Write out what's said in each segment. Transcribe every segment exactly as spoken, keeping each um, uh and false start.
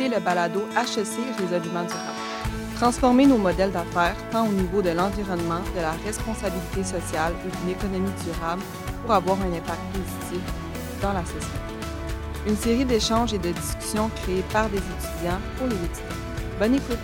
écoutez le balado H E C Résolument durable. Transformer nos modèles d'affaires tant au niveau de l'environnement, de la responsabilité sociale ou d'une économie durable pour avoir un impact positif dans la société. Une série d'échanges et de discussions créées par des étudiants pour les étudiants. Bonne écoute!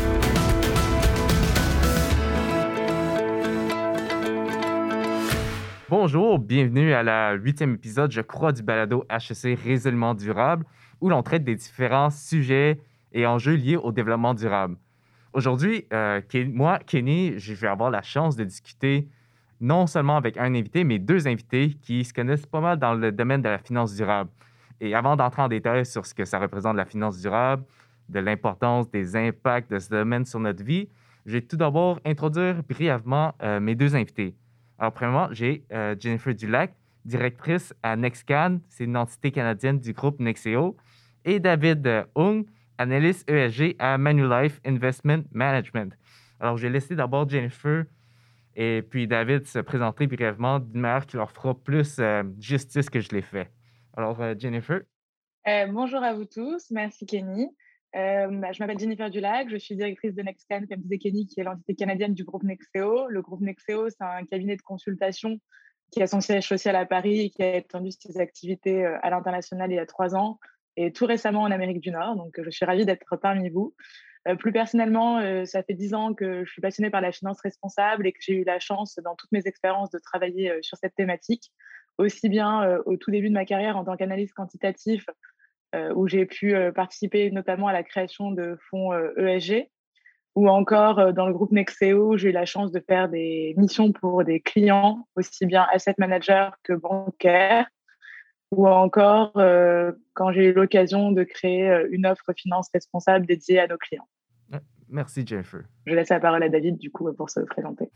Bonjour, bienvenue à la huitième épisode, je crois, du balado H E C Résolument durable, où l'on traite des différents sujets et enjeux liés au développement durable. Aujourd'hui, euh, moi, Kenny, je vais avoir la chance de discuter non seulement avec un invité, mais deux invités qui se connaissent pas mal dans le domaine de la finance durable. Et avant d'entrer en détail sur ce que ça représente la finance durable, de l'importance des impacts de ce domaine sur notre vie, je vais tout d'abord introduire brièvement euh, mes deux invités. Alors, premièrement, j'ai euh, Jennifer Dulac, directrice à NextCan, c'est une entité canadienne du groupe Nexeo, et David euh, Hung, analyste E S G à Manulife Investment Management. Alors, je vais laisser d'abord Jennifer et puis David se présenter brièvement d'une manière qui leur fera plus euh, justice que je l'ai fait. Alors, euh, Jennifer. Euh, bonjour à vous tous, merci Kenny. Euh, bah, je m'appelle Jennifer Dulac, je suis directrice de NextCan, comme disait Kenny, qui est l'entité canadienne du groupe Nexeo. Le groupe Nexeo, c'est un cabinet de consultation qui a son siège social à Paris et qui a étendu ses activités à l'international il y a trois ans et tout récemment en Amérique du Nord. Donc, je suis ravie d'être parmi vous. Euh, plus personnellement, euh, ça fait dix ans que je suis passionnée par la finance responsable et que j'ai eu la chance, dans toutes mes expériences, de travailler euh, sur cette thématique, aussi bien euh, au tout début de ma carrière en tant qu'analyste quantitatif, euh, où j'ai pu euh, participer notamment à la création de fonds euh, E S G, ou encore euh, dans le groupe Nexeo, j'ai eu la chance de faire des missions pour des clients, aussi bien asset managers que bancaires, ou encore euh, quand j'ai eu l'occasion de créer euh, une offre finance responsable dédiée à nos clients. Merci, Jennifer. Je laisse la parole à David, du coup, pour se présenter.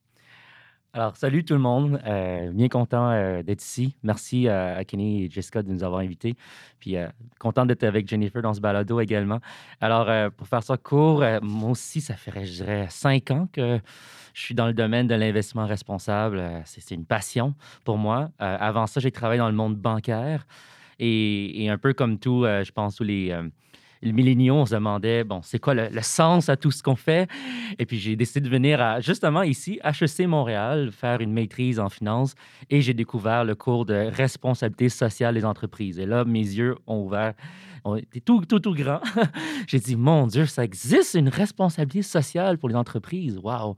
Alors, salut tout le monde. Euh, bien content euh, d'être ici. Merci euh, à Kenny et Jessica de nous avoir invités. Puis, euh, content d'être avec Jennifer dans ce balado également. Alors, euh, pour faire ça court, euh, moi aussi, ça ferait, je dirais, cinq ans que je suis dans le domaine de l'investissement responsable. Euh, c'est, c'est une passion pour moi. Euh, avant ça, j'ai travaillé dans le monde bancaire. Et, et un peu comme tout, euh, je pense, tous les... Euh, les milléniaux, on se demandait, bon, c'est quoi le, le sens à tout ce qu'on fait? Et puis, j'ai décidé de venir à, justement ici, H E C Montréal, faire une maîtrise en finance et j'ai découvert le cours de responsabilité sociale des entreprises. Et là, mes yeux ont ouvert, ont été tout, tout, tout grands. J'ai dit, mon Dieu, ça existe une responsabilité sociale pour les entreprises. Wow! Euh,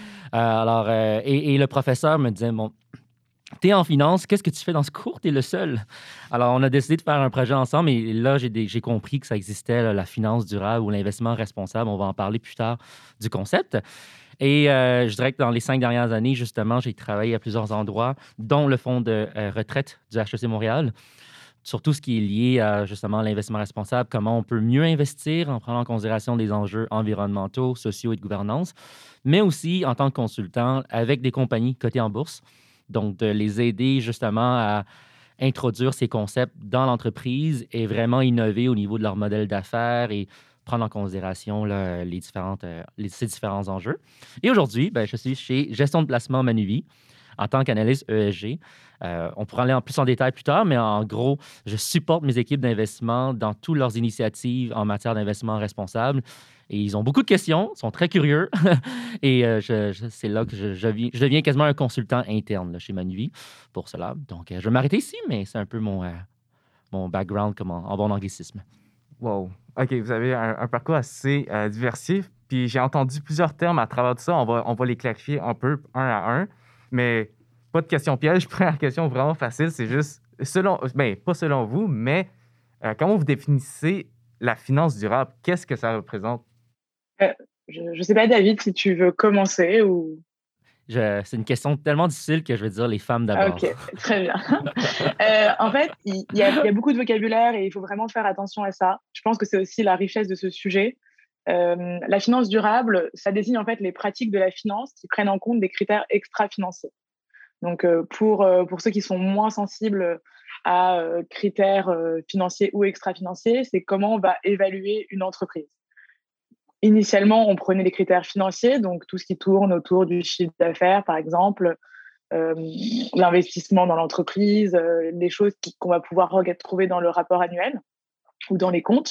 alors, euh, et, et le professeur me disait, bon, t'es en finance, qu'est-ce que tu fais dans ce cours? T'es le seul. Alors, on a décidé de faire un projet ensemble et là, j'ai, des, j'ai compris que ça existait, là, la finance durable ou l'investissement responsable. On va en parler plus tard du concept. Et euh, je dirais que dans les cinq dernières années, justement, j'ai travaillé à plusieurs endroits, dont le fonds de euh, retraite du H E C Montréal, sur tout ce qui est lié à, justement, l'investissement responsable, comment on peut mieux investir en prenant en considération des enjeux environnementaux, sociaux et de gouvernance, mais aussi en tant que consultant avec des compagnies cotées en bourse. Donc, de les aider justement à introduire ces concepts dans l'entreprise et vraiment innover au niveau de leur modèle d'affaires et prendre en considération là, les différentes, euh, les, ces différents enjeux. Et aujourd'hui, ben, je suis chez Gestion de placement Manuvie en tant qu'analyste E S G. Euh, on pourra aller en plus en détail plus tard, mais en gros, je supporte mes équipes d'investissement dans toutes leurs initiatives en matière d'investissement responsable. Et ils ont beaucoup de questions, sont très curieux. Et euh, je, je, c'est là que je, je, vis, je deviens quasiment un consultant interne là, chez Manuvie pour cela. Donc, euh, je vais m'arrêter ici, mais c'est un peu mon, euh, mon background comme en, en bon anglicisme. Wow. OK, vous avez un, un parcours assez euh, diversifié. Puis j'ai entendu plusieurs termes à travers tout ça. On va, on va les clarifier un peu, un à un. Mais pas de question piège. Première question vraiment facile, c'est juste, selon, ben, pas selon vous, mais euh, comment vous définissez la finance durable? Qu'est-ce que ça représente? Euh, je ne sais pas, David, si tu veux commencer ou... Je, c'est une question tellement difficile que je vais dire les femmes d'abord. OK, très bien. euh, en fait, il y, y, a, y a beaucoup de vocabulaire et il faut vraiment faire attention à ça. Je pense que c'est aussi la richesse de ce sujet. Euh, la finance durable, ça désigne en fait les pratiques de la finance qui prennent en compte des critères extra-financiers. Donc, euh, pour, euh, pour ceux qui sont moins sensibles à euh, critères euh, financiers ou extra-financiers, c'est comment on va évaluer une entreprise. Initialement, on prenait les critères financiers, donc tout ce qui tourne autour du chiffre d'affaires, par exemple, euh, l'investissement dans l'entreprise, euh, les choses qui, qu'on va pouvoir retrouver dans le rapport annuel ou dans les comptes.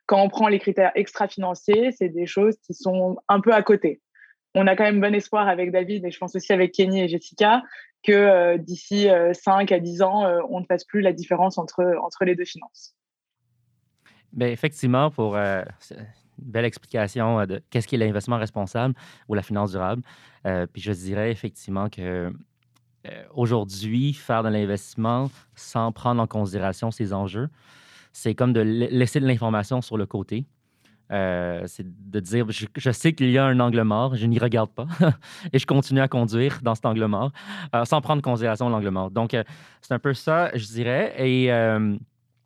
Quand on prend les critères extra-financiers, c'est des choses qui sont un peu à côté. On a quand même bon espoir avec David et je pense aussi avec Kenny et Jessica que euh, d'ici euh, cinq à dix ans, euh, on ne fasse plus la différence entre, entre les deux finances. Bien, effectivement, pour euh, c'est une belle explication euh, de qu'est-ce qu'est l'investissement responsable ou la finance durable. Euh, puis je dirais effectivement que euh, aujourd'hui, faire de l'investissement sans prendre en considération ces enjeux, c'est comme de la- laisser de l'information sur le côté. Euh, c'est de dire, je, je sais qu'il y a un angle mort, je n'y regarde pas et je continue à conduire dans cet angle mort euh, sans prendre en considération l'angle mort. Donc, euh, c'est un peu ça, je dirais. Et, euh,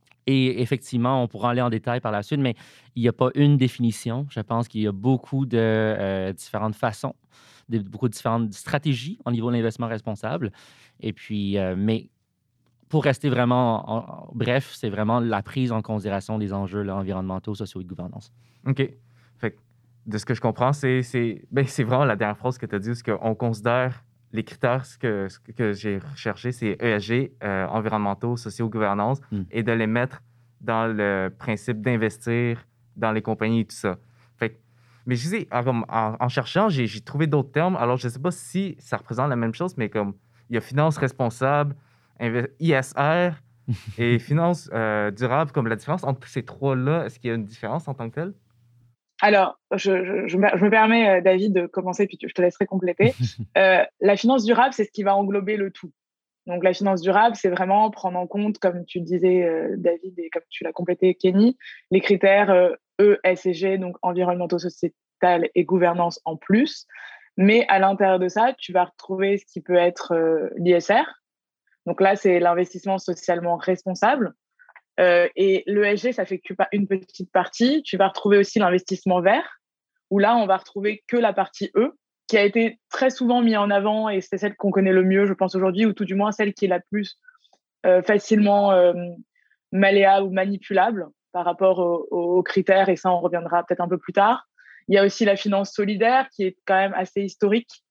et effectivement, on pourra aller en détail par la suite, mais il n'y a pas une définition. Je pense qu'il y a beaucoup de euh, différentes façons, de, beaucoup de différentes stratégies au niveau de l'investissement responsable. Et puis, euh, mais pour rester vraiment, en- en- bref, c'est vraiment la prise en considération des enjeux là, environnementaux, sociaux et de gouvernance. OK. Fait que, de ce que je comprends, c'est, c'est, ben, c'est vraiment la dernière phrase que tu as dit, où on considère les critères ce que, ce que j'ai recherché, c'est E S G, euh, environnementaux, sociaux, gouvernance, Mm. et de les mettre dans le principe d'investir dans les compagnies et tout ça. Fait que, mais je sais, en, comme- en- en cherchant, j'ai, j'ai trouvé d'autres termes. Alors, je ne sais pas si ça représente la même chose, mais comme il y a finance responsable, inve- I S R et finance euh, durable, comme la différence entre ces trois-là, est-ce qu'il y a une différence en tant que telle? Alors, je, je, je, me je me permets, euh, David, de commencer, puis tu- je te laisserai compléter. Euh, la finance durable, c'est ce qui va englober le tout. Donc, la finance durable, c'est vraiment prendre en compte, comme tu disais, euh, David, et comme tu l'as complété, Kenny, les critères euh, E, S et G, donc environnementaux, sociétal et gouvernance en plus. Mais à l'intérieur de ça, tu vas retrouver ce qui peut être euh, l'I S R. Donc là, c'est l'investissement socialement responsable. Euh, et l'E S G, ça fait que une petite partie. Tu vas retrouver aussi l'investissement vert, où là, on va retrouver que la partie E, qui a été très souvent mise en avant, et c'est celle qu'on connaît le mieux, je pense, aujourd'hui, ou tout du moins celle qui est la plus euh, facilement euh, malléable ou manipulable par rapport aux, aux critères, et ça, on reviendra peut-être un peu plus tard. Il y a aussi la finance solidaire, qui est quand même assez historique.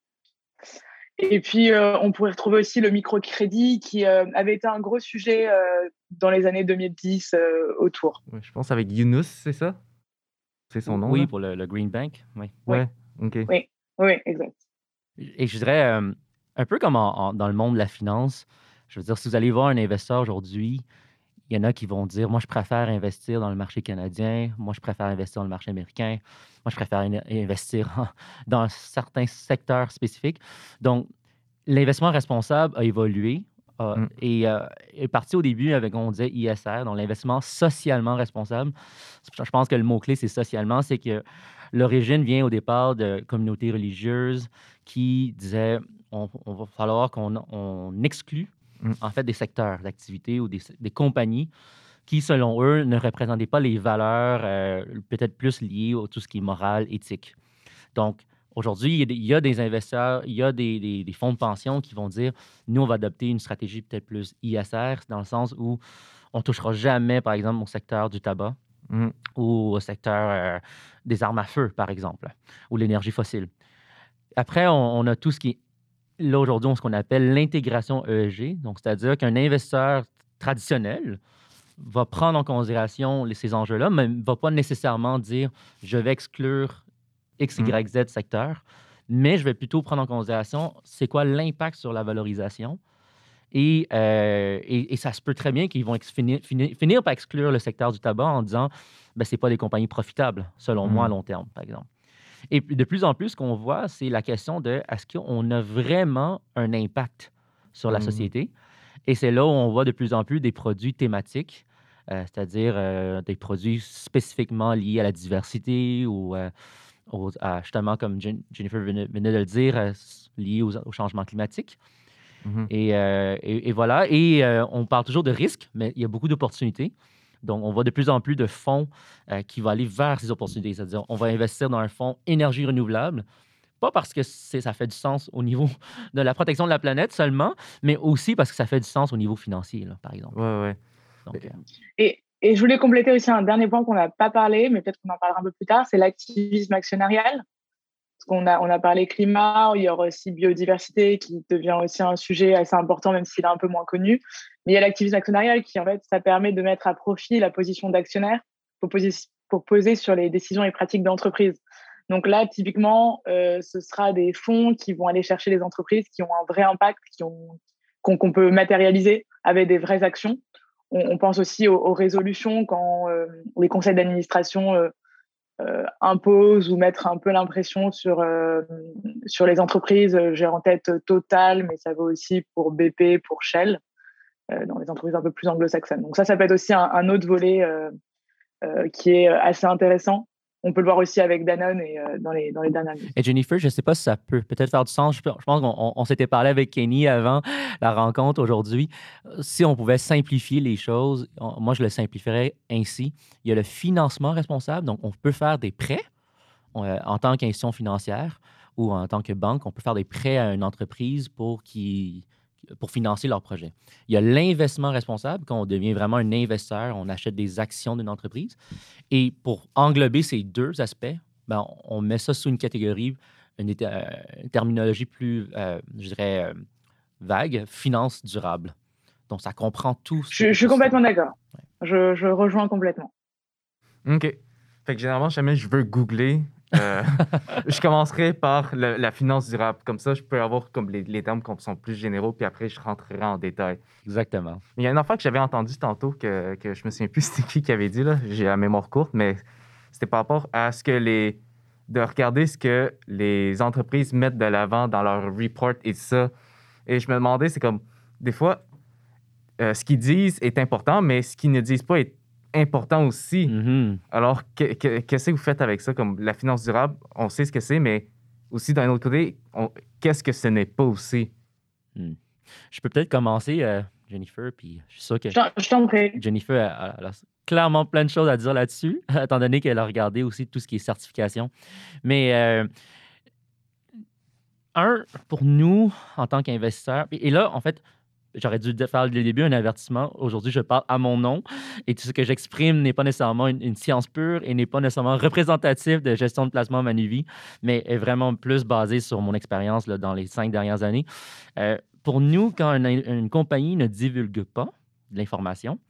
Et puis, euh, on pourrait retrouver aussi le microcrédit, qui euh, avait été un gros sujet euh, dans les années deux mille dix euh, autour. Ouais, je pense avec Yunus, c'est ça? C'est son nom, Oui, là? pour le, le Green Bank, oui. Oui. Ouais, OK. Oui, oui, exact. Et je dirais, euh, un peu comme en- en- dans le monde de la finance, je veux dire, si vous allez voir un investisseur aujourd'hui, il y en a qui vont dire, moi, je préfère investir dans le marché canadien, moi, je préfère investir dans le marché américain, moi, je préfère in- investir en- dans certains secteurs spécifiques. Donc, l'investissement responsable a évolué euh, Mm. et euh, est parti au début avec, on disait, I S R, donc l'investissement socialement responsable. Je pense que le mot-clé, c'est socialement, c'est que l'origine vient au départ de communautés religieuses qui disaient, on, on va falloir qu'on on exclue Mm. en fait des secteurs d'activité ou des, des compagnies qui, selon eux, ne représentaient pas les valeurs euh, peut-être plus liées à tout ce qui est moral, éthique. Donc, aujourd'hui, il y a des- il y a des investisseurs, il y a des, des- des fonds de pension qui vont dire, nous, on va adopter une stratégie peut-être plus I S R, dans le sens où on ne touchera jamais, par exemple, au secteur du tabac Mm. ou au secteur euh, des armes à feu, par exemple, ou l'énergie fossile. Après, on, on a tout ce qui est, là, aujourd'hui, on- ce qu'on appelle l'intégration E S G. Donc, c'est-à-dire qu'un investisseur traditionnel va prendre en considération les- ces enjeux-là, mais ne va pas nécessairement dire, je vais exclure X, Mm. Y, Z secteur, mais je vais plutôt prendre en considération c'est quoi l'impact sur la valorisation. Et, euh, et, et ça se peut très bien qu'ils vont ex- finir, finir, finir par exclure le secteur du tabac en disant ben, ce n'est pas des compagnies profitables, selon moi, à Mm. long terme, par exemple. Et puis, de plus en plus, ce qu'on voit, c'est la question de est-ce qu'on a vraiment un impact sur la Mm. société? Et c'est là où on voit de plus en plus des produits thématiques, euh, c'est-à-dire euh, des produits spécifiquement liés à la diversité ou euh, aux- à, justement, comme Jen- Jennifer venait, venait de le dire, euh, s- liés aux- au changement climatique. Mhm. Et, euh, et- et voilà. Et euh, on parle toujours de risques, mais il y a beaucoup d'opportunités. Donc, on voit de plus en plus de fonds euh, qui vont aller vers ces opportunités. C'est-à-dire, on va investir dans un fonds énergie renouvelable, pas parce que c'est- ça fait du sens au niveau de la protection de la planète seulement, mais aussi parce que ça fait du sens au niveau financier, là, par exemple. Ouais, ouais. Donc, euh, Et, et je voulais compléter aussi un dernier point qu'on n'a pas parlé, mais peut-être qu'on en parlera un peu plus tard, c'est l'activisme actionnarial. Parce qu'on a, on a parlé climat, il y aura aussi biodiversité qui devient aussi un sujet assez important, même s'il est un peu moins connu. Mais il y a l'activisme actionnarial qui, en fait, ça permet de mettre à profit la position d'actionnaire pour, posi- pour peser sur les décisions et pratiques d'entreprise. Donc là, typiquement, euh, ce sera des fonds qui vont aller chercher les entreprises qui ont un vrai impact, qui ont, qu'on, qu'on peut matérialiser avec des vraies actions. On, on pense aussi aux, aux résolutions quand euh, les conseils d'administration euh, euh, imposent ou mettent un peu l'impression sur, euh, sur les entreprises. J'ai en tête Total, mais ça vaut aussi pour B P, pour Shell, euh, dans les entreprises un peu plus anglo-saxonnes. Donc ça, ça peut être aussi un, un autre volet euh, euh, qui est assez intéressant. On peut le voir aussi avec Danone et euh, dans, les, dans les dernières news. Et Jennifer, je ne sais pas si ça peut peut-être faire du sens. Je, je pense qu'on on, on s'était parlé avec Kenny avant la rencontre aujourd'hui. Si on pouvait simplifier les choses, on, moi, je le simplifierais ainsi. Il y a le financement responsable. Donc, on peut faire des prêts on, euh, en tant qu'institution financière ou en tant que banque. On peut faire des prêts à une entreprise pour qu'ils pour financer leur projet. Il y a l'investissement responsable, quand on devient vraiment un investisseur, on achète des actions d'une entreprise. Et pour englober ces deux aspects, ben, on met ça sous une catégorie, une, euh, une terminologie plus, euh, je dirais, euh, vague, finance durable. Donc, ça comprend tout. Je, je suis complètement d'accord. Ouais. Je, je rejoins complètement. OK. Fait que généralement, jamais je veux googler, euh, je commencerai par le, la finance durable. Comme ça, je peux avoir comme les, les termes qui sont plus généraux, puis après, je rentrerai en détail. Exactement. Il y a une affaire que j'avais entendue tantôt, que, que je me souviens plus c'était qui qui avait dit, là. J'ai la mémoire courte, mais c'était par rapport à ce que les... de regarder ce que les entreprises mettent de l'avant dans leur report et tout ça. Et je me demandais, c'est comme, des fois, euh, ce qu'ils disent est important, mais ce qu'ils ne disent pas est important aussi. Mm-hmm. Alors, que, que, qu'est-ce que vous faites avec ça? Comme la finance durable, on sait ce que c'est, mais aussi, d'un autre côté, on, qu'est-ce que ce n'est pas aussi? Mm. Je peux peut-être commencer, euh, Jennifer, puis je suis sûr que... Je t'en prie. Jennifer, elle, elle a clairement plein de choses à dire là-dessus, étant donné qu'elle a regardé aussi tout ce qui est certification. Mais, euh, un, pour nous, en tant qu'investisseurs, et, et là, en fait, j'aurais dû faire dès le début un avertissement. Aujourd'hui, je parle à mon nom et tout ce que j'exprime n'est pas nécessairement une, une science pure et n'est pas nécessairement représentatif de gestion de placement Manuvie, mais est vraiment plus basé sur mon expérience là, dans les cinq dernières années. Euh, pour nous, quand une, une compagnie ne divulgue pas de l'information,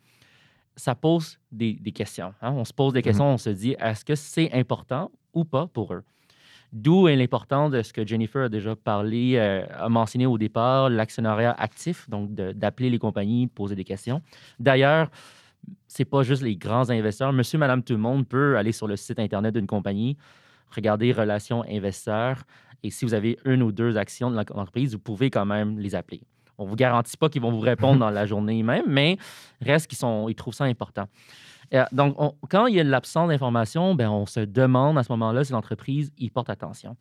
ça pose des, des questions. Hein? On se pose des questions, on se dit, est-ce que c'est important ou pas pour eux? D'où est l'importance de ce que Jennifer a déjà parlé, euh, a mentionné au départ, l'actionnariat actif, donc de, d'appeler les compagnies, de poser des questions. D'ailleurs, ce n'est pas juste les grands investisseurs. Monsieur, madame, tout le monde peut aller sur le site Internet d'une compagnie, regarder relations investisseurs, et si vous avez une ou deux actions de l'entreprise, vous pouvez quand même les appeler. On ne vous garantit pas qu'ils vont vous répondre dans la journée même, mais reste qu'ils sont, ils trouvent ça important. Donc, on, quand il y a l'absence d'information, ben, on se demande à ce moment-là si l'entreprise y porte attention.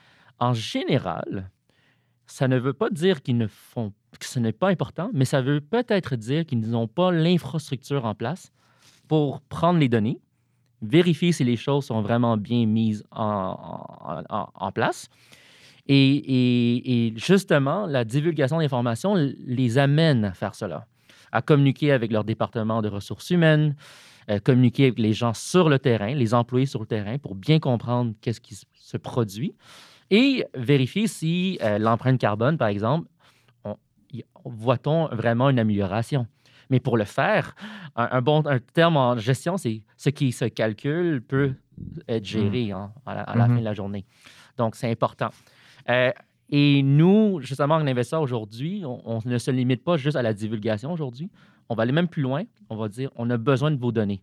En général, ça ne veut pas dire qu'ils ne font, que ce n'est pas important, mais ça veut peut-être dire qu'ils n'ont pas l'infrastructure en place pour prendre les données, vérifier si les choses sont vraiment bien mises en, en, en, en place. Et, et, et justement, la divulgation d'informations les amène à faire cela, à communiquer avec leur département de ressources humaines, Euh, communiquer avec les gens sur le terrain, les employés sur le terrain, pour bien comprendre qu'est-ce qui se produit et vérifier si euh, l'empreinte carbone, par exemple, on, y, voit-on vraiment une amélioration. Mais pour le faire, un, un bon un terme en gestion, c'est ce qui se calcule peut être géré hein, à la, à la mm-hmm. fin de la journée. Donc, c'est important. Euh, et nous, justement, en investisseur aujourd'hui, on, on ne se limite pas juste à la divulgation aujourd'hui. On va aller même plus loin. On va dire, on a besoin de vos données.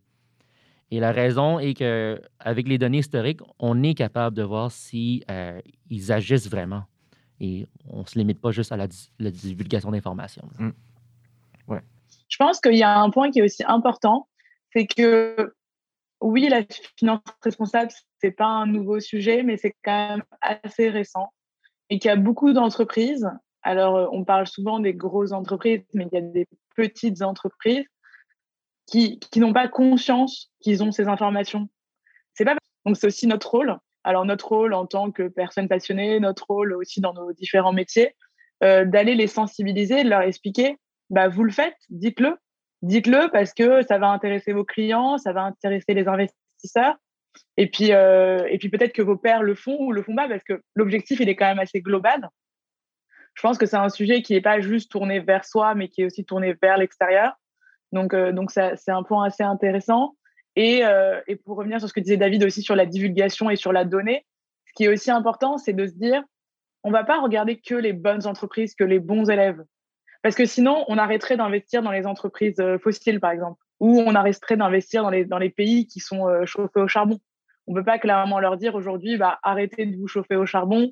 Et la raison est qu'avec les données historiques, on est capable de voir si euh, ils agissent vraiment. Et on ne se limite pas juste à la, la divulgation d'informations. Mmh. Ouais. Je pense qu'il y a un point qui est aussi important, c'est que oui, la finance responsable, ce n'est pas un nouveau sujet, mais c'est quand même assez récent. Et qu'il y a beaucoup d'entreprises, alors on parle souvent des grosses entreprises, mais il y a des petites entreprises qui, qui n'ont pas conscience qu'ils ont ces informations. C'est pas... Donc, c'est aussi notre rôle. Alors, notre rôle en tant que personne passionnée, notre rôle aussi dans nos différents métiers, euh, d'aller les sensibiliser, de leur expliquer, bah, vous le faites, dites-le. Dites-le parce que ça va intéresser vos clients, ça va intéresser les investisseurs. Et puis, euh, et puis peut-être que vos pairs le font ou le font pas parce que l'objectif, il est quand même assez global. Je pense que c'est un sujet qui n'est pas juste tourné vers soi, mais qui est aussi tourné vers l'extérieur. Donc, euh, donc ça, c'est un point assez intéressant. Et, euh, et pour revenir sur ce que disait David aussi sur la divulgation et sur la donnée, ce qui est aussi important, c'est de se dire, on ne va pas regarder que les bonnes entreprises, que les bons élèves. Parce que sinon, on arrêterait d'investir dans les entreprises fossiles, par exemple, ou on arrêterait d'investir dans les, dans les pays qui sont euh, chauffés au charbon. On ne peut pas clairement leur dire aujourd'hui, bah, arrêtez de vous chauffer au charbon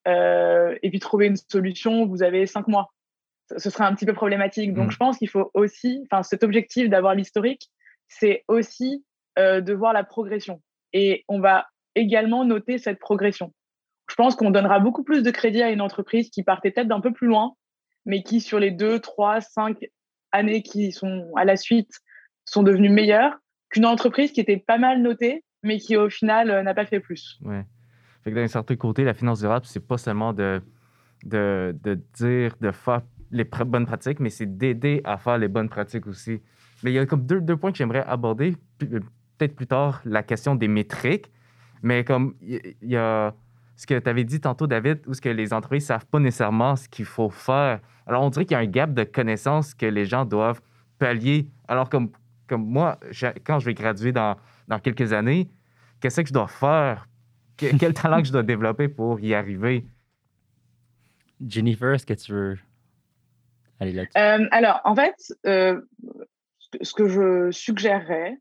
euh, et puis trouver une solution, vous avez cinq mois. Ce serait un petit peu problématique. Donc, mmh. je pense qu'il faut aussi, enfin, cet objectif d'avoir l'historique, c'est aussi euh, de voir la progression. Et on va également noter cette progression. Je pense qu'on donnera beaucoup plus de crédit à une entreprise qui partait peut-être d'un peu plus loin, mais qui, sur les deux, trois, cinq années qui sont à la suite, sont devenues meilleures qu'une entreprise qui était pas mal notée, mais qui, au final, euh, n'a pas fait plus. Ouais. Fait que d'un certain côté, la finance durable, c'est pas seulement de, de, de dire, de faire les pr- bonnes pratiques, mais c'est d'aider à faire les bonnes pratiques aussi. Mais il y a comme deux, deux points que j'aimerais aborder, peut-être plus tard, la question des métriques, mais comme il y, y a ce que tu avais dit tantôt, David, où ce que les entreprises ne savent pas nécessairement ce qu'il faut faire. Alors, on dirait qu'il y a un gap de connaissances que les gens doivent pallier. Alors, comme, comme moi, je, quand je vais graduer dans, dans quelques années, qu'est-ce que je dois faire? Que, quel talent que je dois développer pour y arriver? Jennifer, est-ce que tu veux aller là-dessus? Euh, alors, en fait, euh, ce que je suggérerais,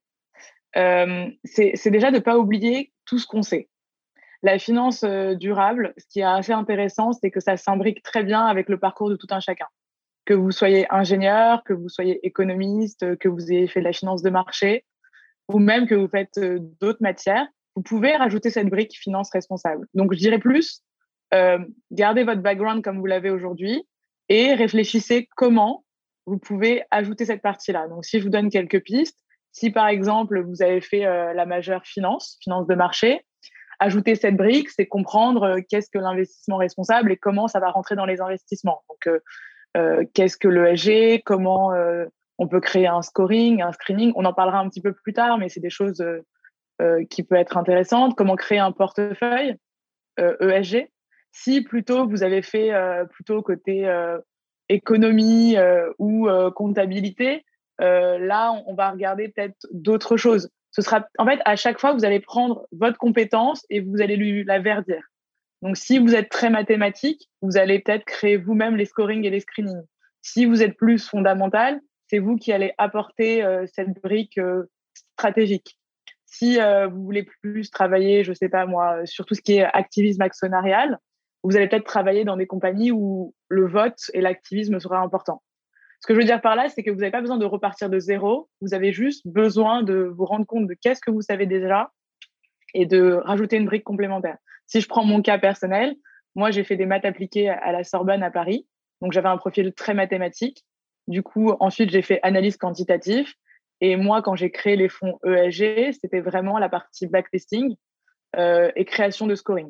euh, c'est, c'est déjà de ne pas oublier tout ce qu'on sait. La finance euh, durable, ce qui est assez intéressant, c'est que ça s'imbrique très bien avec le parcours de tout un chacun. Que vous soyez ingénieur, que vous soyez économiste, que vous ayez fait de la finance de marché, ou même que vous faites euh, d'autres matières, vous pouvez rajouter cette brique finance responsable. Donc, je dirais plus, euh, gardez votre background comme vous l'avez aujourd'hui et réfléchissez comment vous pouvez ajouter cette partie-là. Donc, si je vous donne quelques pistes, si par exemple, vous avez fait euh, la majeure finance, finance de marché, ajouter cette brique, c'est comprendre euh, qu'est-ce que l'investissement responsable et comment ça va rentrer dans les investissements. Donc, euh, euh, qu'est-ce que l'E S G, comment euh, on peut créer un scoring, un screening. On en parlera un petit peu plus tard, mais c'est des choses euh, euh, qui peuvent être intéressantes. Comment créer un portefeuille euh, E S G. Si plutôt vous avez fait euh, plutôt côté euh, économie euh, ou euh, comptabilité, euh, là, on, on va regarder peut-être d'autres choses. Ce sera, en fait, à chaque fois, vous allez prendre votre compétence et vous allez lui la verdir. Donc, si vous êtes très mathématique, vous allez peut-être créer vous-même les scorings et les screenings. Si vous êtes plus fondamental, c'est vous qui allez apporter euh, cette brique euh, stratégique. Si euh, vous voulez plus travailler, je ne sais pas moi, sur tout ce qui est activisme actionnarial, vous allez peut-être travailler dans des compagnies où le vote et l'activisme sera important. Ce que je veux dire par là, c'est que vous n'avez pas besoin de repartir de zéro. Vous avez juste besoin de vous rendre compte de qu'est-ce que vous savez déjà et de rajouter une brique complémentaire. Si je prends mon cas personnel, moi, j'ai fait des maths appliquées à la Sorbonne à Paris. Donc, j'avais un profil très mathématique. Du coup, ensuite, j'ai fait analyse quantitative. Et moi, quand j'ai créé les fonds E S G, c'était vraiment la partie backtesting euh, et création de scoring.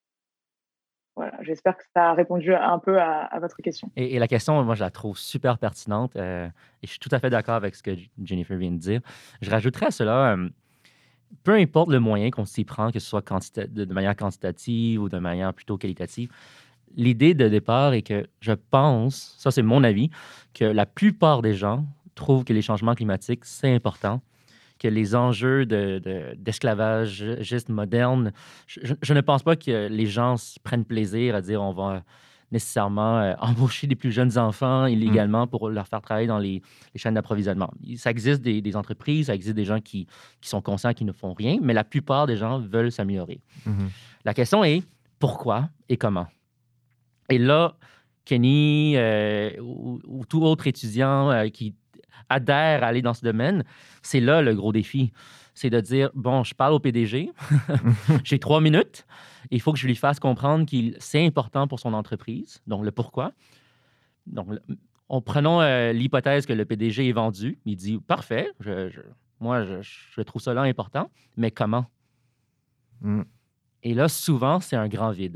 Voilà, j'espère que ça a répondu un peu à, à votre question. Et, et la question, moi, je la trouve super pertinente euh, et je suis tout à fait d'accord avec ce que Jennifer vient de dire. Je rajouterais à cela, euh, peu importe le moyen qu'on s'y prend, que ce soit quantita- de, de manière quantitative ou de manière plutôt qualitative, l'idée de départ est que je pense, ça c'est mon avis, que la plupart des gens trouvent que les changements climatiques, c'est important, que les enjeux de, de, d'esclavage juste moderne, je, je, je ne pense pas que les gens prennent plaisir à dire on va nécessairement euh, embaucher des plus jeunes enfants illégalement mmh. pour leur faire travailler dans les, les chaînes d'approvisionnement. Ça existe des, des entreprises, ça existe des gens qui, qui sont conscients qu'ils ne font rien, mais la plupart des gens veulent s'améliorer. Mmh. La question est pourquoi et comment? Et là, Kenny euh, ou, ou tout autre étudiant euh, qui adhère à aller dans ce domaine, c'est là le gros défi. C'est de dire, bon, je parle au P D G, j'ai trois minutes, il faut que je lui fasse comprendre que c'est important pour son entreprise, donc le pourquoi. Donc, en prenant euh, l'hypothèse que le P D G est vendu, il dit, parfait, je, je, moi, je, je trouve cela important, mais comment? Mm. Et là, souvent, c'est un grand vide.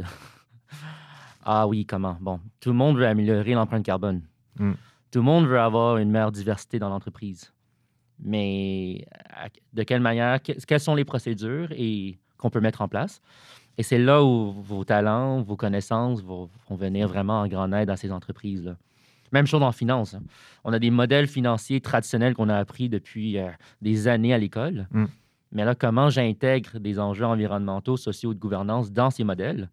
Ah oui, comment? Bon, tout le monde veut améliorer l'empreinte carbone. Mm. Tout le monde veut avoir une meilleure diversité dans l'entreprise. Mais de quelle manière, quelles sont les procédures et, qu'on peut mettre en place? Et c'est là où vos talents, vos connaissances vont, vont venir vraiment en grande aide à ces entreprises-là. Même chose en finance. Hein. On a des modèles financiers traditionnels qu'on a appris depuis euh, des années à l'école. Mm. Mais là, comment j'intègre des enjeux environnementaux, sociaux ou de gouvernance dans ces modèles?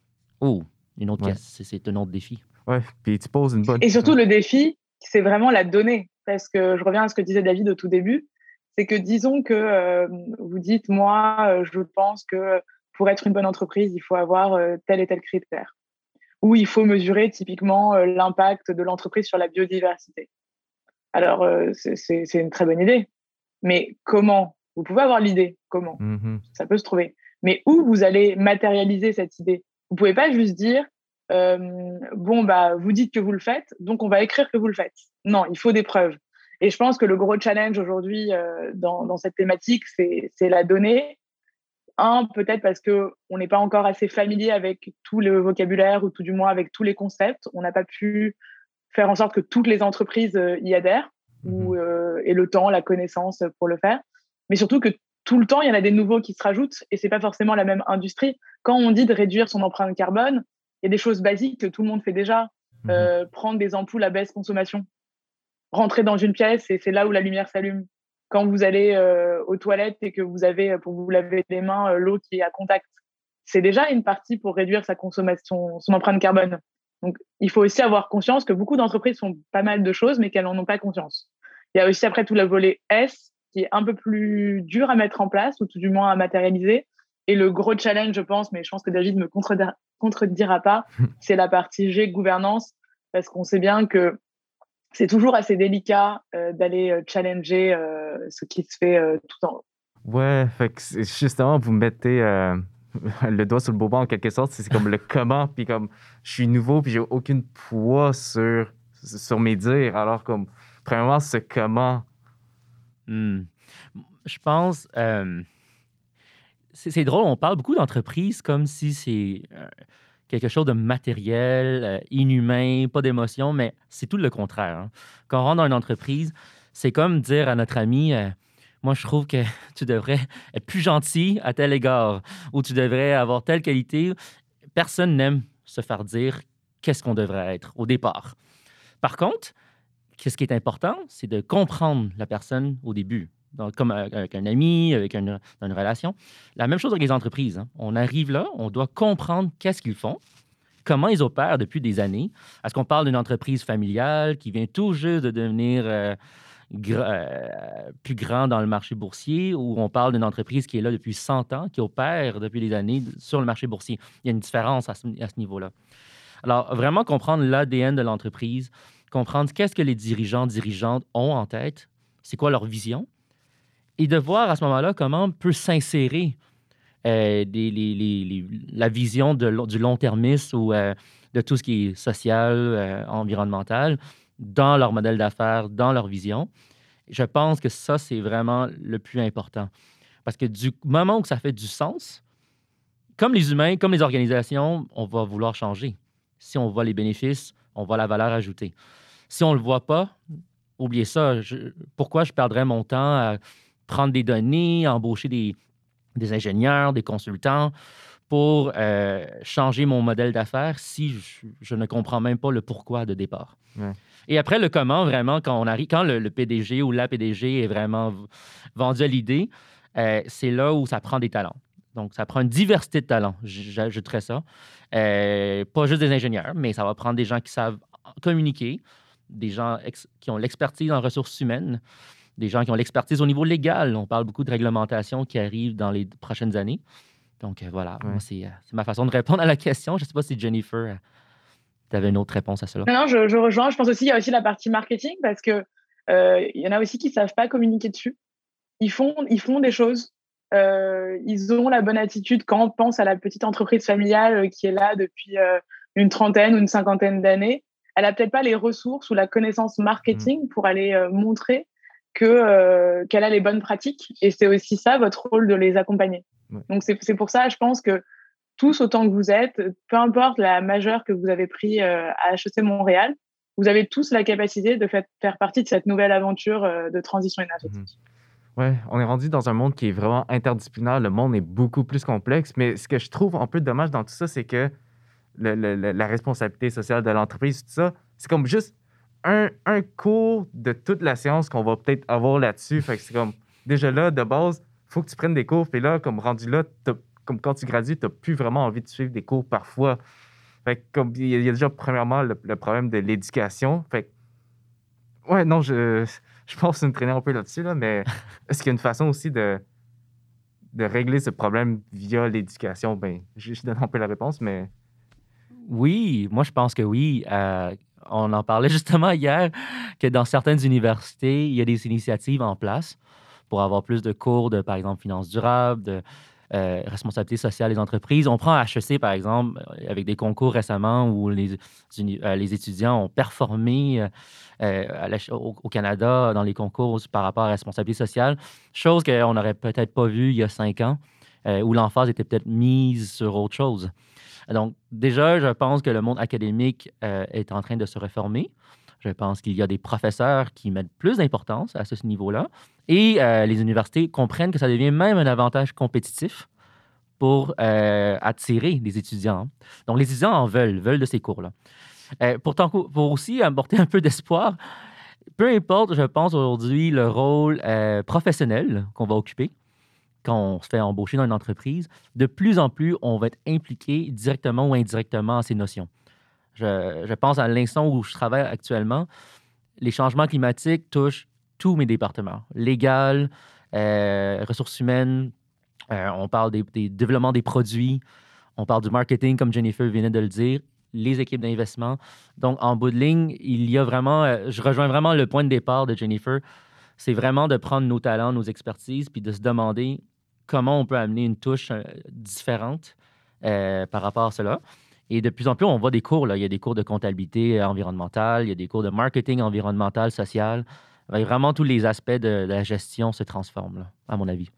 Oh, une autre Ouais. question. C'est un autre défi. Ouais, puis tu poses une bonne Et surtout, question. le défi, c'est vraiment la donnée. Parce que je reviens à ce que disait David au tout début. C'est que disons que euh, vous dites, moi, euh, je pense que pour être une bonne entreprise, il faut avoir euh, tel et tel critère. Ou il faut mesurer typiquement euh, l'impact de l'entreprise sur la biodiversité. Alors, euh, c'est, c'est, c'est une très bonne idée. Mais comment? Vous pouvez avoir l'idée. Comment? Mhm. Ça peut se trouver. Mais où vous allez matérialiser cette idée? Vous pouvez pas juste dire, euh, bon, bah, vous dites que vous le faites, donc on va écrire que vous le faites. Non, il faut des preuves. Et je pense que le gros challenge aujourd'hui euh, dans, dans cette thématique, c'est, c'est la donnée. Un, peut-être parce qu'on n'est pas encore assez familier avec tout le vocabulaire ou tout du moins avec tous les concepts. On n'a pas pu faire en sorte que toutes les entreprises euh, y adhèrent Mhm. ou euh, aient le temps, la connaissance pour le faire. Mais surtout que tout le temps, il y en a des nouveaux qui se rajoutent et c'est pas forcément la même industrie. Quand on dit de réduire son empreinte carbone, il y a des choses basiques que tout le monde fait déjà. Mhm. Euh, prendre des ampoules à baisse consommation. Rentrer dans une pièce et c'est là où la lumière s'allume. Quand vous allez euh, aux toilettes et que vous avez, pour vous laver les mains, euh, l'eau qui est à contact, c'est déjà une partie pour réduire sa consommation, son empreinte carbone. Donc, il faut aussi avoir conscience que beaucoup d'entreprises font pas mal de choses, mais qu'elles n'en ont pas conscience. Il y a aussi après tout le volet S, qui est un peu plus dur à mettre en place, ou tout du moins à matérialiser. Et le gros challenge, je pense, mais je pense que David ne me contredira, contredira pas, c'est la partie G, gouvernance, parce qu'on sait bien que c'est toujours assez délicat euh, d'aller euh, challenger euh, ce qui se fait euh, tout en haut. Ouais, fait que c'est- justement, vous mettez euh, le doigt sur le bobo en quelque sorte. C'est comme le comment, puis comme je suis nouveau, puis j'ai aucune poids sur, sur mes dires. Alors, comme, premièrement, ce comment. Hmm. Je pense, euh, c'est c'est drôle, on parle beaucoup d'entreprise comme si c'est euh, quelque chose de matériel, euh, inhumain, pas d'émotion, mais c'est tout le contraire. Hein. Quand on rentre dans une entreprise, c'est comme dire à notre ami, euh, moi je trouve que tu devrais être plus gentil à tel égard, ou tu devrais avoir telle qualité. Personne n'aime se faire dire qu'est-ce qu'on devrait être au départ. Par contre, ce qui est important, c'est de comprendre la personne au début. Donc, comme avec un ami, avec une, dans une relation. La même chose avec les entreprises. Hein. On arrive là, on doit comprendre qu'est-ce qu'ils font, comment ils opèrent depuis des années. Est-ce qu'on parle d'une entreprise familiale qui vient tout juste de devenir euh, gra- euh, plus grand dans le marché boursier, ou on parle d'une entreprise qui est là depuis cent ans, qui opère depuis des années sur le marché boursier? Il y a une différence à ce, à ce niveau-là. Alors, vraiment comprendre l'A D N de l'entreprise, comprendre qu'est-ce que les dirigeants, dirigeantes ont en tête, c'est quoi leur vision, et de voir à ce moment-là comment peut s'insérer euh, des- les- les- les- la vision de, lo- du long-termisme ou euh, de tout ce qui est social, euh, environnemental, dans leur modèle d'affaires, dans leur vision. Je pense que ça, c'est vraiment le plus important. Parce que du moment où ça fait du sens, comme les humains, comme les organisations, on va vouloir changer. Si on voit les bénéfices, on voit la valeur ajoutée. Si on ne le voit pas, oubliez ça. Je- pourquoi je perdrais mon temps à prendre des données, à embaucher des, des ingénieurs, des consultants pour euh, changer mon modèle d'affaires si je, je ne comprends même pas le pourquoi de départ? Ouais. Et après, le comment, vraiment, quand, on arrive, quand le, le P D G ou la P D G est vraiment v- vendu à l'idée, euh, c'est là où ça prend des talents. Donc, ça prend une diversité de talents, j- j'ajouterais ça. Euh, pas juste des ingénieurs, mais ça va prendre des gens qui savent communiquer, des gens ex- qui ont l'expertise en ressources humaines, des gens qui ont l'expertise au niveau légal. On parle beaucoup de réglementation qui arrive dans les prochaines années. Donc, euh, voilà, Ouais. moi, c'est euh, c'est ma façon de répondre à la question. Je ne sais pas si Jennifer, tu avais une autre réponse à cela. Non, non, je, je rejoins. Je pense aussi qu'il y a aussi la partie marketing parce que euh, il y en a aussi qui savent pas communiquer dessus. Ils font, ils font des choses. Euh, ils ont la bonne attitude quand on pense à la petite entreprise familiale euh, qui est là depuis euh, une trentaine ou une cinquantaine d'années. Elle a peut-être pas les ressources ou la connaissance marketing pour aller euh, montrer que euh, qu'elle a les bonnes pratiques. Et c'est aussi ça votre rôle de les accompagner. Ouais. Donc c'est c'est pour ça, je pense que tous autant que vous êtes, peu importe la majeure que vous avez pris euh, à H E C Montréal, vous avez tous la capacité de fait- faire partie de cette nouvelle aventure euh, de transition énergétique. Mhm. Ouais, on est rendu dans un monde qui est vraiment interdisciplinaire. Le monde est beaucoup plus complexe. Mais ce que je trouve un peu dommage dans tout ça, c'est que le- le- le- la responsabilité sociale de l'entreprise, tout ça, c'est comme juste un, un cours de toute la séance qu'on va peut-être avoir là-dessus. Fait que c'est comme, déjà là, de base, il faut que tu prennes des cours. Puis là, comme rendu là, comme quand tu gradues, tu n'as plus vraiment envie de suivre des cours parfois. Fait que comme il y, y a déjà, premièrement, le, le problème de l'éducation. Fait que, ouais, non, je, je pense que c'est une traînée un peu là-dessus, là, mais est-ce qu'il y a une façon aussi de, de régler ce problème via l'éducation? Ben, je, je donne un peu la réponse, mais... Oui, moi, je pense que oui. Euh, on en parlait justement hier que dans certaines universités, il y a des initiatives en place pour avoir plus de cours de, par exemple, finances durables, de euh, responsabilité sociale des entreprises. On prend H E C, par exemple, avec des concours récemment où les, uni- euh, les étudiants ont performé euh, à la- au, au Canada dans les concours par rapport à la responsabilité sociale, chose qu'on n'aurait peut-être pas vue il y a cinq ans, euh, où l'emphase était peut-être mise sur autre chose. Donc, déjà, je pense que le monde académique euh, est en train de se réformer. Je pense qu'il y a des professeurs qui mettent plus d'importance à ce niveau-là. Et euh, les universités comprennent que ça devient même un avantage compétitif pour euh, attirer des étudiants. Donc, les étudiants en veulent, veulent de ces cours-là. Euh, pour, tant- pour aussi apporter un peu d'espoir, peu importe, je pense, aujourd'hui, le rôle euh, professionnel qu'on va occuper, quand on se fait embaucher dans une entreprise, de plus en plus, on va être impliqué directement ou indirectement à ces notions. Je, je pense à l'instant où je travaille actuellement, les changements climatiques touchent tous mes départements. Légal, euh, ressources humaines, euh, on parle des, des développements des produits, on parle du marketing, comme Jennifer venait de le dire, les équipes d'investissement. Donc, en bout de ligne, il y a vraiment, euh, je rejoins vraiment le point de départ de Jennifer, c'est vraiment de prendre nos talents, nos expertises, puis de se demander comment on peut amener une touche euh, différente euh, par rapport à cela. Et de plus en plus, on voit des cours. Là. Il y a des cours de comptabilité environnementale, il y a des cours de marketing environnemental, social. Ben, vraiment, tous les aspects de, de la gestion se transforment, là, à mon avis.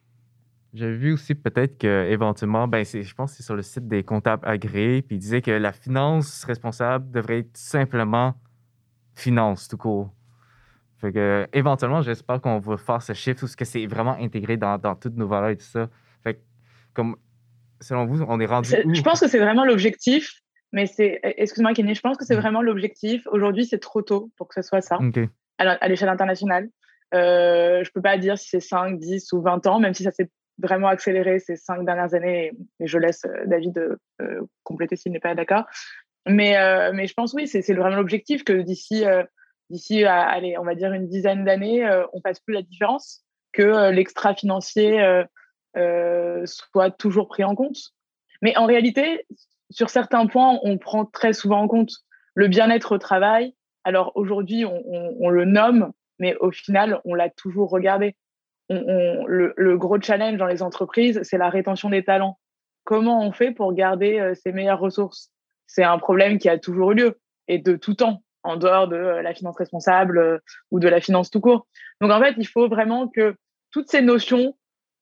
J'ai vu aussi peut-être qu'éventuellement, ben c'est, je pense que c'est sur le site des comptables agréés, puis il disait que la finance responsable devrait être simplement finance tout court. Fait que, éventuellement, j'espère qu'on va faire ce shift où ce que c'est vraiment intégré dans, dans toutes nos valeurs et tout ça. Fait que, comme, selon vous, on est rendu C'est- où? Je pense que c'est vraiment l'objectif, mais c'est, excuse-moi Kenny, je pense que c'est Mm. vraiment l'objectif. Aujourd'hui, c'est trop tôt pour que ce soit ça, OK. à la- à l'échelle internationale. Euh, je peux pas dire si c'est cinq, dix ou vingt ans, même si ça s'est vraiment accéléré ces cinq dernières années, et, et je laisse euh, David euh, euh, compléter s'il n'est pas d'accord. Mais, euh, mais je pense, oui, c'est c'est vraiment l'objectif que d'ici, euh, d'ici à, allez, on va dire une dizaine d'années, euh, on fasse plus la différence, que euh, l'extra-financier euh, euh, soit toujours pris en compte. Mais en réalité, sur certains points, on prend très souvent en compte le bien-être au travail. Alors aujourd'hui, on, on, on le nomme, mais au final, on l'a toujours regardé. On, on, le, le gros challenge dans les entreprises, c'est la rétention des talents. Comment on fait pour garder euh, ces meilleures ressources? C'est un problème qui a toujours eu lieu et de tout temps, en dehors de euh, la finance responsable euh, ou de la finance tout court. Donc en fait, il faut vraiment que toutes ces notions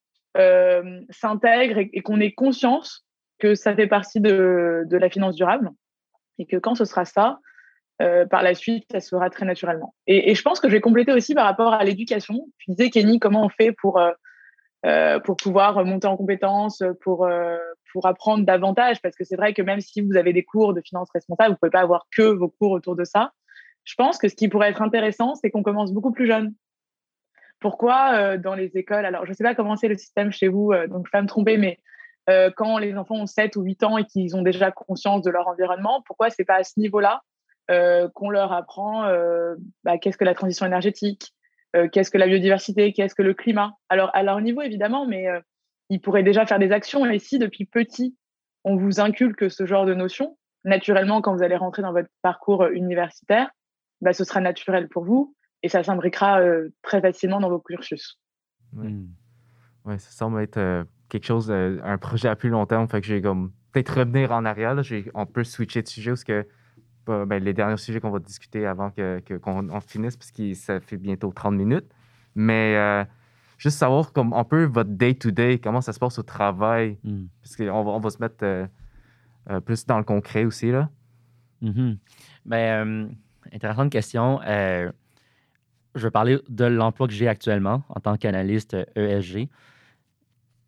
euh, s'intègrent et, et qu'on ait conscience que ça fait partie de, de la finance durable et que quand ce sera ça, euh, par la suite, ça se fera très naturellement. Et, et je pense que je vais compléter aussi par rapport à l'éducation. Tu disais, Kenny, comment on fait pour, euh, euh, pour pouvoir monter en compétences, pour, euh, pour apprendre davantage, parce que c'est vrai que même si vous avez des cours de finance responsable, vous ne pouvez pas avoir que vos cours autour de ça. Je pense que ce qui pourrait être intéressant, c'est qu'on commence beaucoup plus jeune. Pourquoi euh, dans les écoles, alors je ne sais pas comment c'est le système chez vous, euh, donc je ne vais pas me tromper, mais euh, quand les enfants ont sept ou huit ans et qu'ils ont déjà conscience de leur environnement, pourquoi ce n'est pas à ce niveau-là euh, qu'on leur apprend euh, bah, qu'est-ce que la transition énergétique, euh, qu'est-ce que la biodiversité, qu'est-ce que le climat. Alors à leur niveau évidemment, mais euh, ils pourraient déjà faire des actions. Et si depuis petit, on vous inculque ce genre de notions, naturellement quand vous allez rentrer dans votre parcours universitaire, bah, ce sera naturel pour vous. Et ça s'imbriquera euh, très facilement dans vos cursus. Ouais, Mm. ouais ça semble être euh, quelque chose, euh, un projet à plus long terme. Fait que j'ai comme peut-être revenir en arrière. Là, j'ai, on peut switcher de sujet parce que euh, ben, les derniers sujets qu'on va discuter avant que, que- qu'on on finisse, parce que ça fait bientôt trente minutes. Mais euh, juste savoir comme un peu votre day-to-day, comment ça se passe au travail. Mm. Parce qu'on va, on va se mettre euh, euh, plus dans le concret aussi. Là. Mhm. Ben, euh, intéressante question. Euh, je vais parler de l'emploi que j'ai actuellement en tant qu'analyste E S G.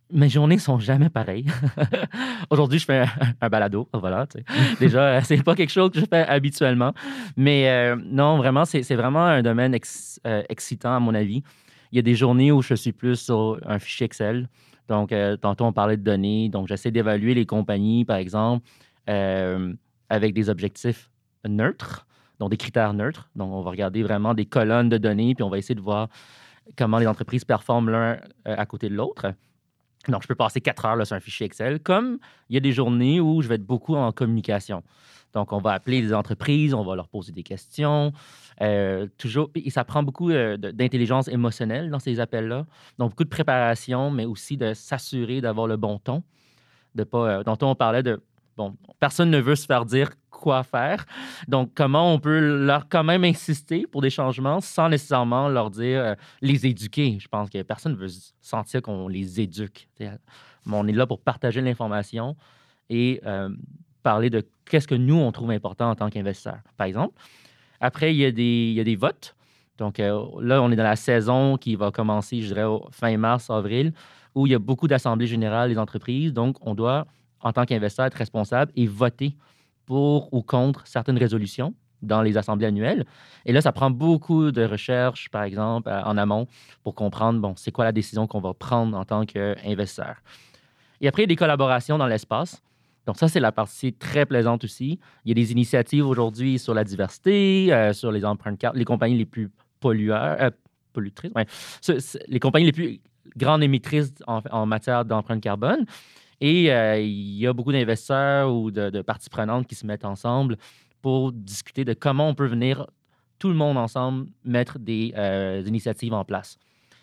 mes journées sont jamais pareilles. Aujourd'hui, je fais un, un balado, voilà. Tu sais. Déjà, c'est pas quelque chose que je fais habituellement. Mais euh, non, vraiment, c'est, c'est vraiment un domaine ex- euh, excitant, à mon avis. Il y a des journées où je suis plus sur un fichier Excel. Donc, euh, tantôt, on parlait de données. Donc, j'essaie d'évaluer les compagnies, par exemple, euh, avec des objectifs neutres, donc des critères neutres. Donc, on va regarder vraiment des colonnes de données, puis on va essayer de voir comment les entreprises performent l'un euh, à côté de l'autre. Donc, je peux passer quatre heures là, sur un fichier Excel, comme il y a des journées où je vais être beaucoup en communication. Donc, on va appeler les entreprises, on va leur poser des questions. Euh, toujours, et ça prend beaucoup euh, de- d'intelligence émotionnelle dans ces appels-là. Donc, beaucoup de préparation, mais aussi de s'assurer d'avoir le bon ton. De pas, euh, tantôt, on parlait de, bon, personne ne veut se faire dire quoi faire. Donc, comment on peut leur quand même insister pour des changements sans nécessairement leur dire, euh, les éduquer. Je pense que personne ne veut s- sentir qu'on les éduque. T'sais. Mais on est là pour partager l'information et euh, parler de qu'est-ce que nous, on trouve important en tant qu'investisseurs. Par exemple, après, il y a des, il y a des votes. Donc euh, là, on est dans la saison qui va commencer, je dirais, au- fin mars, avril, où il y a beaucoup d'assemblées générales des entreprises. Donc, on doit, en tant qu'investisseur, être responsable et voter pour ou contre certaines résolutions dans les assemblées annuelles. Et là, ça prend beaucoup de recherche, par exemple, euh, en amont, pour comprendre, bon, c'est quoi la décision qu'on va prendre en tant qu'investisseur. Et après, il y a des collaborations dans l'espace. Donc ça, c'est la partie très plaisante aussi. Il y a des initiatives aujourd'hui sur la diversité, euh, sur les empreintes carbone, les compagnies les plus pollueurs, euh, pollutrices, ouais. Ce- ce- les compagnies les plus grandes émettrices en, en matière d'empreinte carbone. Et euh, il y a beaucoup d'investisseurs ou de, de parties prenantes qui se mettent ensemble pour discuter de comment on peut venir, tout le monde ensemble, mettre des euh, initiatives en place.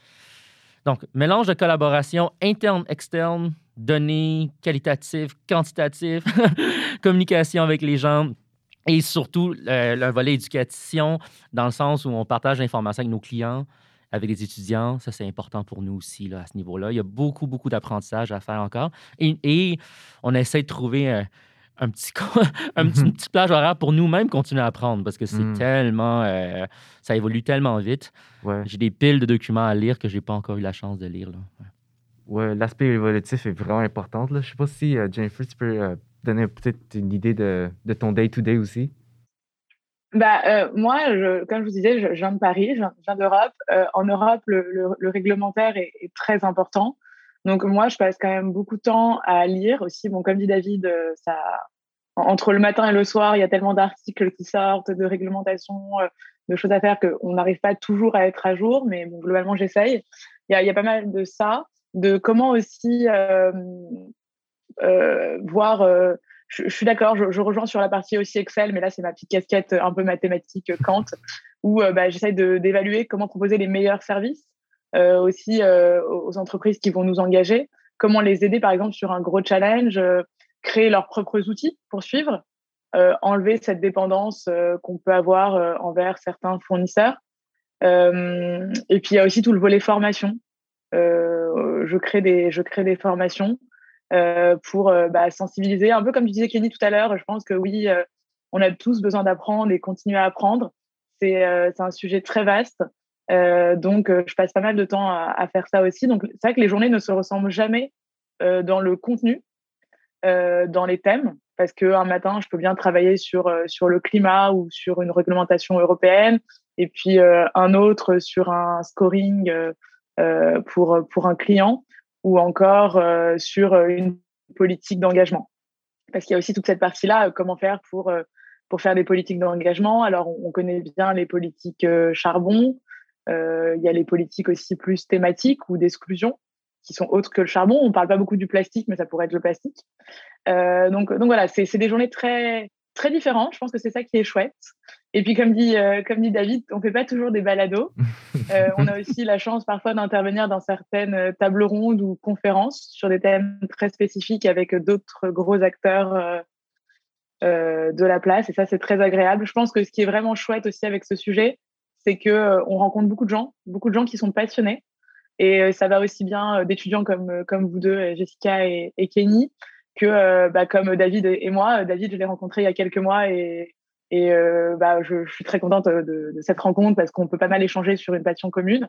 Donc, mélange de collaboration interne, externe, données, qualitatif, quantitatif, communication avec les gens et surtout euh, le volet éducation dans le sens où on partage l'information avec nos clients, avec les étudiants. Ça, c'est important pour nous aussi là, à ce niveau-là. Il y a beaucoup, beaucoup d'apprentissage à faire encore. Et, et on essaie de trouver un, un petit, co- un petit, une petite plage horaire pour nous-mêmes continuer à apprendre parce que c'est Mm. tellement... euh, ça évolue tellement vite. Ouais. J'ai des piles de documents à lire que j'ai pas encore eu la chance de lire. Là. Ouais. Ouais, l'aspect évolutif est vraiment important. Là. Je sais pas si, euh, Jennifer, tu peux euh, donner peut-être une idée de, de ton day-to-day aussi. Bah, euh, moi, je, comme je vous disais, je, je viens de Paris, je viens, je viens d'Europe. Euh, en Europe, le, le, le réglementaire est, est très important. Donc, moi, je passe quand même beaucoup de temps à lire aussi. Bon, comme dit David, euh, ça, entre le matin et le soir, il y a tellement d'articles qui sortent, de réglementations, euh, de choses à faire qu'on n'arrive pas toujours à être à jour. Mais bon, globalement, j'essaye. Il y a, il y a pas mal de ça, de comment aussi euh, euh, voir... Euh, je, je suis d'accord, je, je rejoins sur la partie aussi Excel, mais là, c'est ma petite casquette un peu mathématique Kant, où euh, bah, j'essaie de, d'évaluer comment proposer les meilleurs services euh, aussi euh, aux entreprises qui vont nous engager, comment les aider, par exemple, sur un gros challenge, euh, créer leurs propres outils pour suivre, euh, enlever cette dépendance euh, qu'on peut avoir euh, envers certains fournisseurs. Euh, et puis, il y a aussi tout le volet formation. Euh, je, crée des, je crée des formations euh, pour euh, bah, sensibiliser. Un peu comme tu disais, Kenny, tout à l'heure, je pense que oui, euh, on a tous besoin d'apprendre et continuer à apprendre. C'est euh, c'est un sujet très vaste. Euh, donc, euh, je passe pas mal de temps à, à faire ça aussi. Donc, c'est vrai que les journées ne se ressemblent jamais euh, dans le contenu, euh, dans les thèmes, parce qu'un matin, je peux bien travailler sur, euh, sur le climat ou sur une réglementation européenne, et puis euh, un autre sur un scoring euh, euh, pour, pour un client, ou encore euh, sur une politique d'engagement. Parce qu'il y a aussi toute cette partie-là, euh, comment faire pour, euh, pour faire des politiques d'engagement. Alors, on, on connaît bien les politiques euh, charbon, euh, il y a les politiques aussi plus thématiques ou d'exclusion, qui sont autres que le charbon. On ne parle pas beaucoup du plastique, mais ça pourrait être le plastique. Euh, donc, donc voilà, c'est, c'est des journées très, très différentes. Je pense que c'est ça qui est chouette. Et puis, comme dit, euh, comme dit David, on ne fait pas toujours des balados. Euh, on a aussi la chance parfois d'intervenir dans certaines tables rondes ou conférences sur des thèmes très spécifiques avec d'autres gros acteurs euh, euh, de la place. Et ça, c'est très agréable. Je pense que ce qui est vraiment chouette aussi avec ce sujet, c'est qu'on euh, rencontre beaucoup de gens, beaucoup de gens qui sont passionnés. Et euh, ça va aussi bien euh, d'étudiants comme, euh, comme vous deux, Jessica et, et Kenny, que euh, bah, comme David et moi. David, je l'ai rencontré il y a quelques mois et, et euh, bah, je, je suis très contente de, de cette rencontre parce qu'on peut pas mal échanger sur une passion commune.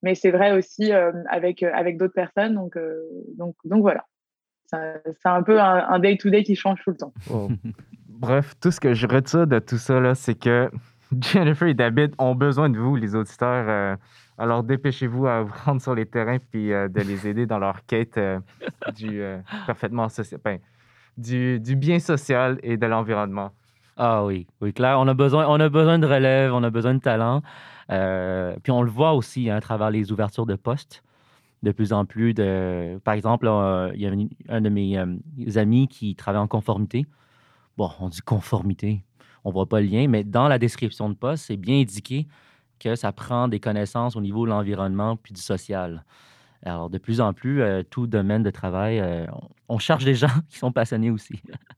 mais c'est vrai aussi euh, avec, euh, avec d'autres personnes. Donc, euh, donc, donc voilà, c'est, c'est un peu un, un day-to-day qui change tout le temps. Wow. Bref, tout ce que je retire de tout ça, là, c'est que Jennifer et David ont besoin de vous, les auditeurs. Euh, alors, dépêchez-vous à vous rendre sur les terrains puis euh, de les aider dans leur quête euh, du euh, parfaitement social, ben, du, du bien social et de l'environnement. Ah oui, oui, clair. On a besoin, on a besoin de relève, on a besoin de talent. Euh, puis on le voit aussi hein, à travers les ouvertures de postes. De plus en plus de... Par exemple, là, il y a une- un de mes euh, amis qui travaille en conformité. Bon, on dit conformité, on voit pas le lien, mais dans la description de poste, c'est bien indiqué que ça prend des connaissances au niveau de l'environnement puis du social. Alors, de plus en plus, euh, tout domaine de travail, euh, on, on cherche des gens qui sont passionnés aussi.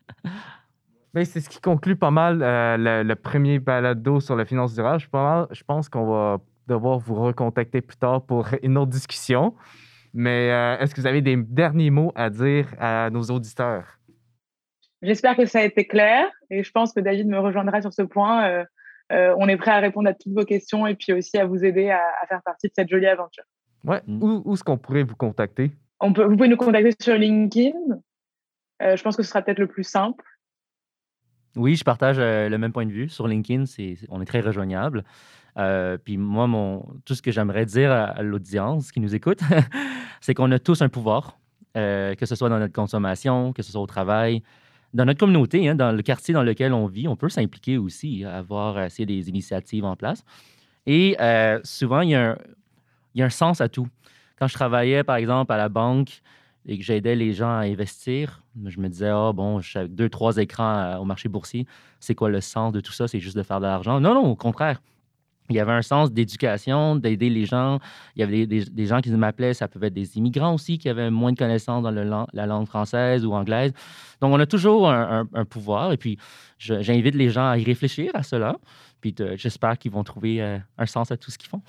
Ben, c'est ce qui conclut pas mal euh, le, le premier balado sur la finance durable. Je, pas mal- je pense qu'on va devoir vous recontacter plus tard pour une autre discussion. Mais euh, est-ce que vous avez des derniers mots à dire à nos auditeurs? J'espère que ça a été clair et je pense que David me rejoindra sur ce point. Euh, euh, on est prêt à répondre à toutes vos questions et puis aussi à vous aider à, à faire partie de cette jolie aventure. Ouais. Mm. Où, où est-ce qu'on pourrait vous contacter? On peut, vous pouvez nous contacter sur LinkedIn. Euh, je pense que ce sera peut-être le plus simple. Oui, je partage euh, le même point de vue. Sur LinkedIn, c'est, c'est- on est très rejoignable. Euh, puis moi, mon, tout ce que j'aimerais dire à, à l'audience qui nous écoute, c'est qu'on a tous un pouvoir, euh, que ce soit dans notre consommation, que ce soit au travail, dans notre communauté, hein, dans le quartier dans lequel on vit, on peut s'impliquer aussi, avoir assez des initiatives en place. Et euh, souvent, il y a un, il y a un sens à tout. Quand je travaillais, par exemple, à la banque et que j'aidais les gens à investir, je me disais, ah bon, je suis avec deux, trois écrans euh, au marché boursier. C'est quoi le sens de tout ça? C'est juste de faire de l'argent? Non, non, au contraire. Il y avait un sens d'éducation, d'aider les gens. Il y avait des, des- des gens qui m'appelaient, ça pouvait être des immigrants aussi qui avaient moins de connaissances dans le lan- la langue française ou anglaise. Donc, on a toujours un, un- un pouvoir. Et puis, je- j'invite les gens à y réfléchir à cela. Puis, de- j'espère qu'ils vont trouver euh, un sens à tout ce qu'ils font.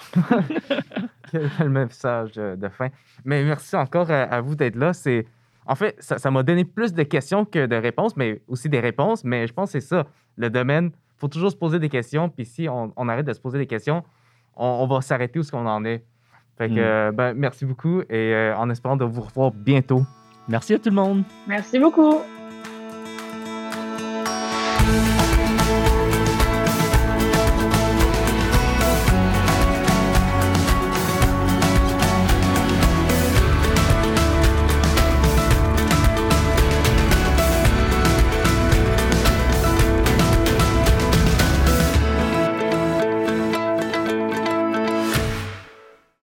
Quel, quel message euh, de fin. Mais merci encore à, à vous d'être là. C'est, en fait, ça, ça m'a donné plus de questions que de réponses, mais aussi des réponses. Mais je pense que c'est ça, le domaine. Il faut toujours se poser des questions. Puis si on, on arrête de se poser des questions, on, on va s'arrêter où ce qu'on en est. Fait que, Mm. euh, ben, merci beaucoup et euh, en espérant de vous revoir bientôt. Merci à tout le monde. Merci beaucoup.